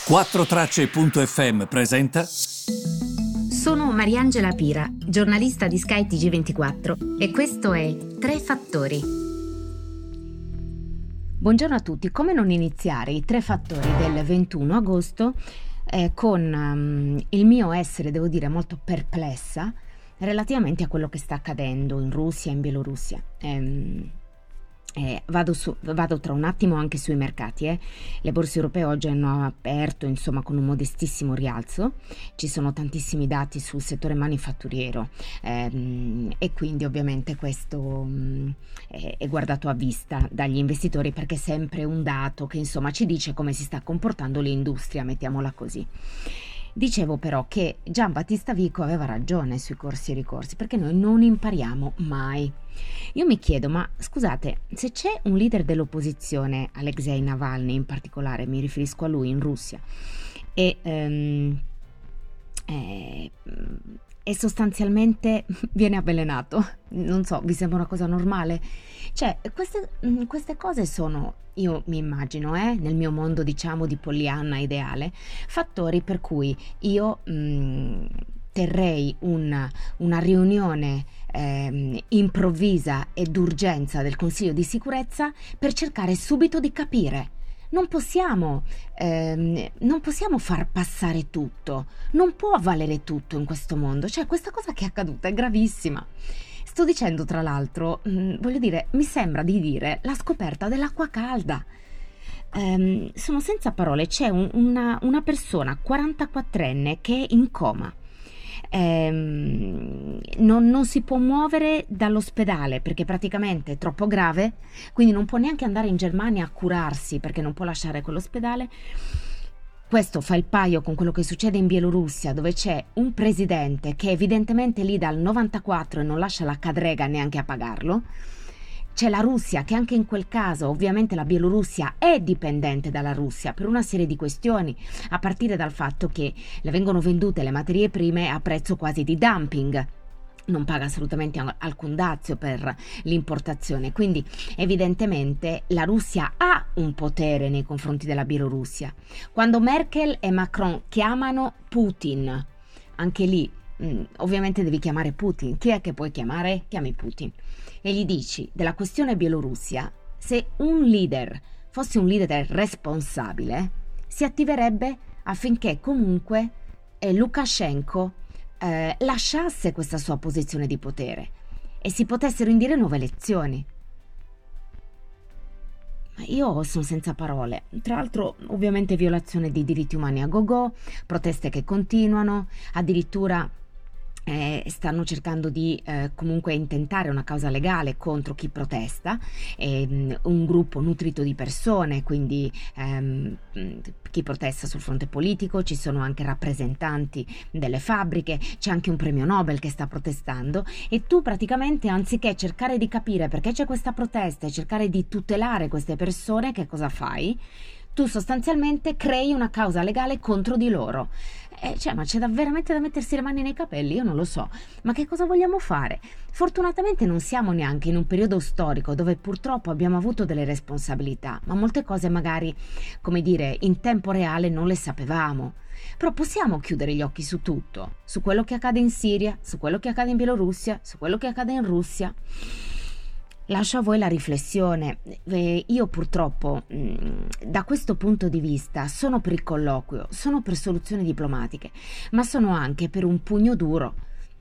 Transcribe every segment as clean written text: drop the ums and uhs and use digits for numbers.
4Tracce.fm presenta. Sono Mariangela Pira, giornalista di Sky TG24 e questo è Tre Fattori. Buongiorno a tutti. Come non iniziare i Tre Fattori del 21 agosto con il mio essere, devo dire, molto perplessa relativamente a quello che sta accadendo in Russia e in Bielorussia. Vado tra un attimo anche sui mercati. Le borse europee oggi hanno aperto con un modestissimo rialzo. Ci sono tantissimi dati sul settore manifatturiero e quindi ovviamente questo è guardato a vista dagli investitori, perché è sempre un dato che ci dice come si sta comportando l'industria, mettiamola così. Dicevo però che Gian Battista Vico aveva ragione sui corsi e ricorsi, perché noi non impariamo mai. Io mi chiedo, ma scusate, se c'è un leader dell'opposizione, Alexei Navalny in particolare, mi riferisco a lui in Russia, e sostanzialmente viene avvelenato, non so, vi sembra una cosa normale? Cioè, queste cose sono, io mi immagino, nel mio mondo di Pollyanna ideale, fattori per cui io terrei una riunione improvvisa e d'urgenza del Consiglio di sicurezza per cercare subito di capire. Non possiamo far passare tutto, non può valere tutto in questo mondo. Cioè, questa cosa che è accaduta è gravissima. Sto dicendo, tra l'altro, voglio dire, mi sembra di dire la scoperta dell'acqua calda. Sono senza parole. C'è una persona 44enne che è in coma. Non si può muovere dall'ospedale perché praticamente è troppo grave, quindi non può neanche andare in Germania a curarsi perché non può lasciare quell'ospedale. Questo fa il paio con quello che succede in Bielorussia, dove c'è un presidente che è evidentemente lì dal 94 e non lascia la cadrega neanche a pagarlo. C'è la Russia, che anche in quel caso, ovviamente la Bielorussia è dipendente dalla Russia per una serie di questioni, a partire dal fatto che le vengono vendute le materie prime a prezzo quasi di dumping. Non paga assolutamente alcun dazio per l'importazione, quindi evidentemente la Russia ha un potere nei confronti della Bielorussia. Quando Merkel e Macron chiamano Putin, anche lì ovviamente devi chiamare Putin. Chi è che puoi chiamare? Chiami Putin e gli dici della questione Bielorussia, se un leader fosse un leader responsabile si attiverebbe affinché comunque Lukashenko lasciasse questa sua posizione di potere e si potessero indire nuove elezioni. Io sono senza parole. Tra l'altro, ovviamente, violazione di diritti umani a gogo, proteste che continuano, addirittura stanno cercando di comunque intentare una causa legale contro chi protesta, un gruppo nutrito di persone, quindi chi protesta sul fronte politico, ci sono anche rappresentanti delle fabbriche, c'è anche un premio Nobel che sta protestando, e tu praticamente, anziché cercare di capire perché c'è questa protesta e cercare di tutelare queste persone, che cosa fai? Tu sostanzialmente crei una causa legale contro di loro. Ma c'è veramente da mettersi le mani nei capelli? Io non lo so. Ma che cosa vogliamo fare? Fortunatamente non siamo neanche in un periodo storico dove purtroppo abbiamo avuto delle responsabilità, ma molte cose magari, in tempo reale non le sapevamo. Però possiamo chiudere gli occhi su tutto, su quello che accade in Siria, su quello che accade in Bielorussia, su quello che accade in Russia. Lascio a voi la riflessione. Io purtroppo da questo punto di vista sono per il colloquio, sono per soluzioni diplomatiche, ma sono anche per un pugno duro.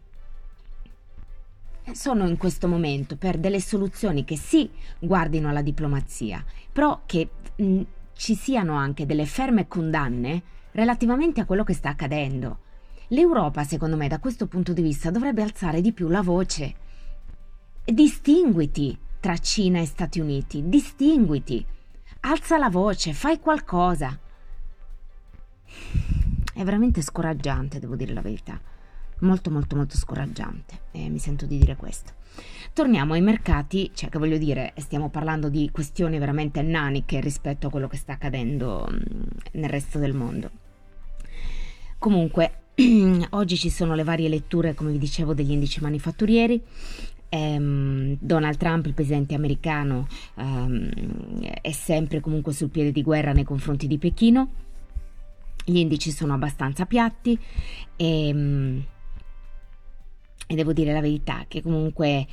Sono in questo momento per delle soluzioni che sì guardino alla diplomazia, però che ci siano anche delle ferme condanne relativamente a quello che sta accadendo. L'Europa, secondo me, da questo punto di vista dovrebbe alzare di più la voce. Distinguiti tra Cina e Stati Uniti, distinguiti, alza la voce, fai qualcosa. È veramente scoraggiante, devo dire la verità, molto molto molto scoraggiante, mi sento di dire questo. Torniamo ai mercati, stiamo parlando di questioni veramente naniche rispetto a quello che sta accadendo nel resto del mondo. Comunque, oggi ci sono le varie letture, come vi dicevo, degli indici manifatturieri. Donald Trump, il presidente americano, è sempre comunque sul piede di guerra nei confronti di Pechino. Gli indici sono abbastanza piatti e devo dire la verità che comunque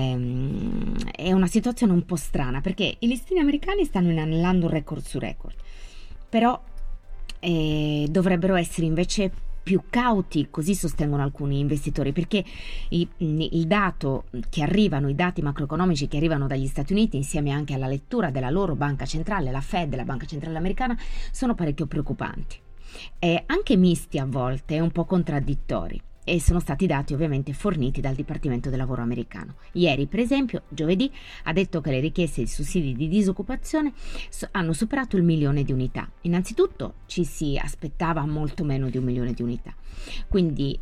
è una situazione un po' strana, perché i listini americani stanno inanellando record su record, però dovrebbero essere invece più cauti, così sostengono alcuni investitori, perché il dato che arrivano, i dati macroeconomici che arrivano dagli Stati Uniti, insieme anche alla lettura della loro banca centrale, la Fed, la banca centrale americana, sono parecchio preoccupanti, anche misti a volte, un po' contraddittori. E sono stati dati ovviamente forniti dal Dipartimento del Lavoro americano. Ieri, per esempio, giovedì, ha detto che le richieste di sussidi di disoccupazione hanno superato il 1.000.000 di unità. Innanzitutto ci si aspettava molto meno di 1.000.000 di unità, quindi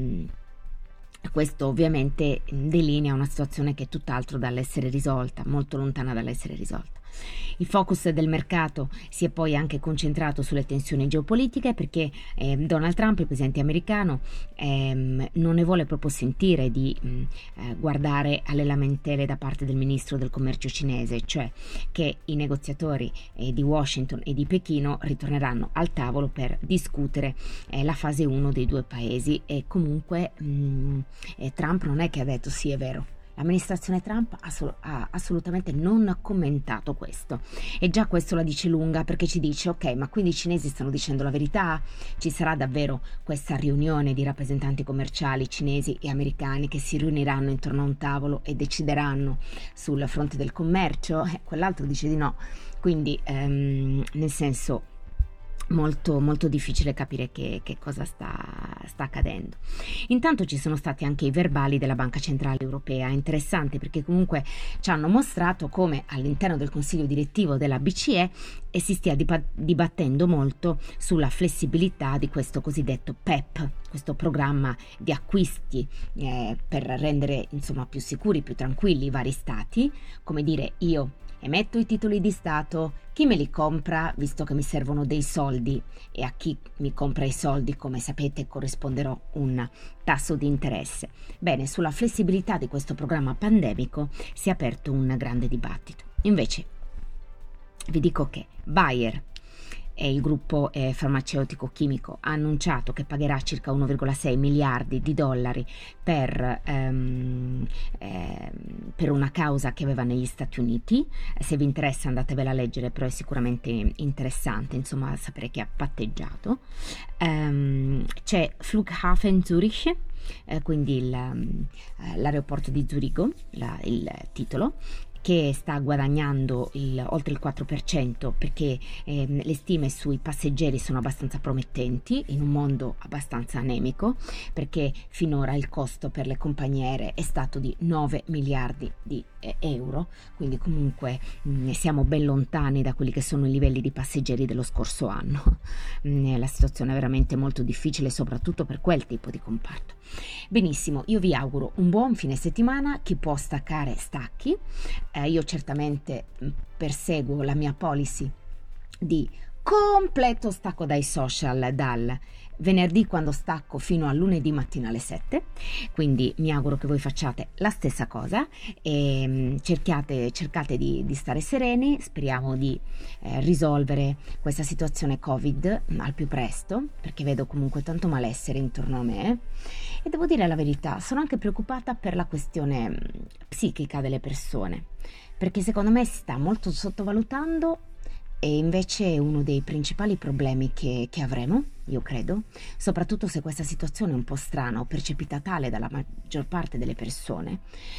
questo ovviamente delinea una situazione che è tutt'altro dall'essere risolta, molto lontana dall'essere risolta. Il focus del mercato si è poi anche concentrato sulle tensioni geopolitiche, perché Donald Trump, il presidente americano, non ne vuole proprio sentire di guardare alle lamentele da parte del ministro del commercio cinese, cioè che i negoziatori di Washington e di Pechino ritorneranno al tavolo per discutere la fase 1 dei due paesi. E comunque Trump non è che ha detto sì, è vero. L'amministrazione Trump ha assolutamente non commentato questo, e già questo la dice lunga, perché ci dice ok, ma quindi i cinesi stanno dicendo la verità? Ci sarà davvero questa riunione di rappresentanti commerciali cinesi e americani che si riuniranno intorno a un tavolo e decideranno sul fronte del commercio? Quell'altro dice di no, quindi nel senso molto molto difficile capire che cosa sta accadendo. Intanto ci sono stati anche i verbali della Banca Centrale Europea, interessanti perché comunque ci hanno mostrato come all'interno del consiglio direttivo della BCE si stia dibattendo molto sulla flessibilità di questo cosiddetto PEP, questo programma di acquisti per rendere insomma più sicuri, più tranquilli i vari stati. Come dire, io emetto i titoli di Stato, chi me li compra, visto che mi servono dei soldi, e a chi mi compra i soldi, come sapete, corrisponderò un tasso di interesse. Bene, sulla flessibilità di questo programma pandemico si è aperto un grande dibattito. Invece vi dico che Bayer e il gruppo farmaceutico chimico ha annunciato che pagherà circa 1,6 miliardi di dollari per una causa che aveva negli Stati Uniti. Se vi interessa andatevela a leggere, però è sicuramente interessante insomma sapere che ha patteggiato. C'è Flughafen Zurich, quindi l'aeroporto di Zurigo, il titolo, che sta guadagnando oltre il 4%, perché le stime sui passeggeri sono abbastanza promettenti in un mondo abbastanza anemico, perché finora il costo per le compagnie aeree è stato di 9 miliardi di euro, quindi comunque siamo ben lontani da quelli che sono i livelli di passeggeri dello scorso anno. La situazione è veramente molto difficile, soprattutto per quel tipo di comparto. Benissimo, io vi auguro un buon fine settimana. Chi può staccare stacchi. Io certamente perseguo la mia policy di completo stacco dai social dal venerdì, quando stacco, fino a lunedì mattina alle 7, quindi mi auguro che voi facciate la stessa cosa e cercate di stare sereni. Speriamo di risolvere questa situazione Covid al più presto, perché vedo comunque tanto malessere intorno a me, e devo dire la verità, sono anche preoccupata per la questione psichica delle persone, perché secondo me si sta molto sottovalutando, e invece è uno dei principali problemi che avremo, io credo, soprattutto se questa situazione è un po' strana o percepita tale dalla maggior parte delle persone,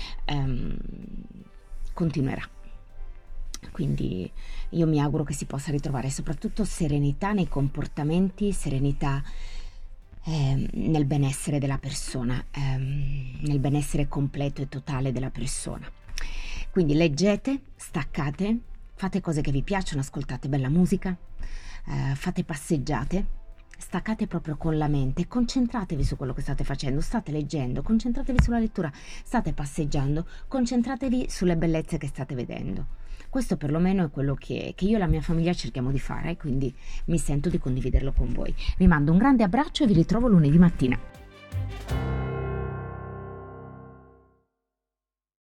continuerà. Quindi io mi auguro che si possa ritrovare soprattutto serenità nei comportamenti, serenità nel benessere della persona, nel benessere completo e totale della persona. Quindi leggete, staccate, fate cose che vi piacciono, ascoltate bella musica, fate passeggiate, staccate proprio con la mente, concentratevi su quello che state facendo, state leggendo, concentratevi sulla lettura, state passeggiando, concentratevi sulle bellezze che state vedendo. Questo perlomeno è quello che io e la mia famiglia cerchiamo di fare, quindi mi sento di condividerlo con voi. Vi mando un grande abbraccio e vi ritrovo lunedì mattina.